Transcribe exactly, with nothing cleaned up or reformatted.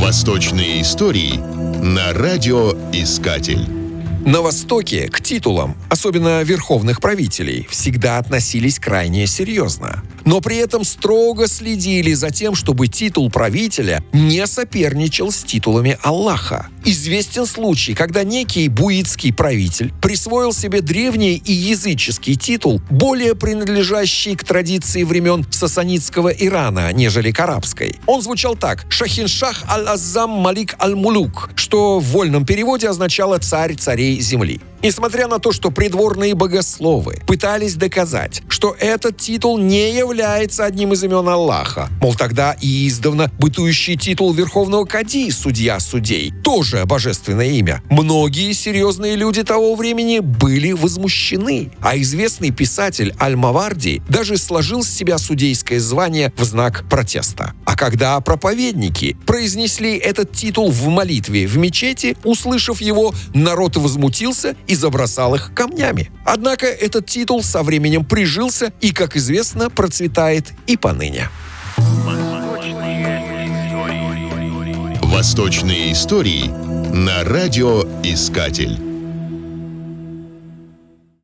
Восточные истории на радиоискатель. На Востоке к титулам, особенно верховных правителей, всегда относились крайне серьезно. Но при этом строго следили за тем, чтобы титул правителя не соперничал с титулами Аллаха. Известен случай, когда некий буидский правитель присвоил себе древний и языческий титул, более принадлежащий к традиции времен сасанидского Ирана, нежели к арабской. Он звучал так: «Шахиншах аль-Аззам Малик аль-Мулук», что в вольном переводе означало «царь царей земли». Несмотря на то, что придворные богословы пытались доказать, что этот титул не является одним из имен Аллаха, мол, тогда и издавна бытующий титул верховного кади, судья судей, тоже божественное имя, многие серьезные люди того времени были возмущены, а известный писатель Аль-Маварди даже сложил с себя судейское звание в знак протеста. А когда проповедники произнесли этот титул в молитве в мечети, услышав его, народ возмутился и забросал их камнями. Однако этот титул со временем прижился и, как известно, процветает и поныне. Восточные истории на радиоискатель.